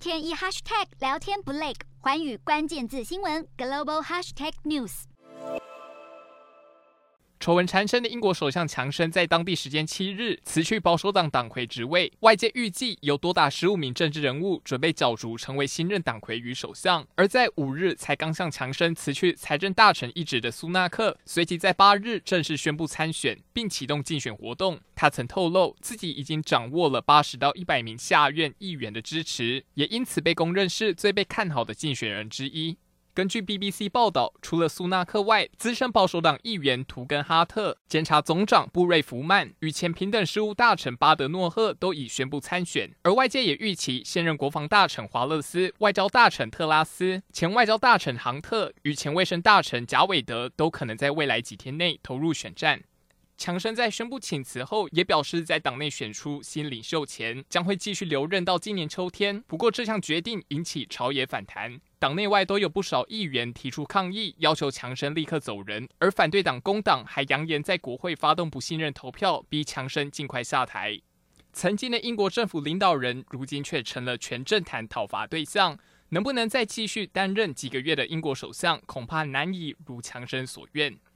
天一 hashtag 聊天不累，寰宇关键字新闻 global hashtag news。 丑闻缠身的英国首相强生在当地时间7日辞去保守党党魁职位，外界预计有多达15名政治人物准备角逐成为新任党魁与首相。而在5日才刚向强生辞去财政大臣一职的苏纳克，随即在8日正式宣布参选，并启动竞选活动。他曾透露自己已经掌握了80到100名下院议员的支持，也因此被公认是最被看好的竞选人之一。根据 BBC 报道，除了苏纳克外，资深保守党议员图根哈特、检察总长布瑞弗曼与前平等事务大臣巴德诺赫都已宣布参选。而外界也预期现任国防大臣华勒斯、外交大臣特拉斯、前外交大臣杭特与前卫生大臣贾韦德都可能在未来几天内投入选战。强生在宣布请辞后，也表示在党内选出新领袖前，将会继续留任到今年秋天。不过，这项决定引起朝野反弹，党内外都有不少议员提出抗议，要求强生立刻走人。而反对党工党还扬言在国会发动不信任投票，逼强生尽快下台。曾经的英国政府领导人，如今却成了全政坛讨伐对象。能不能再继续担任几个月的英国首相，恐怕难以如强生所愿。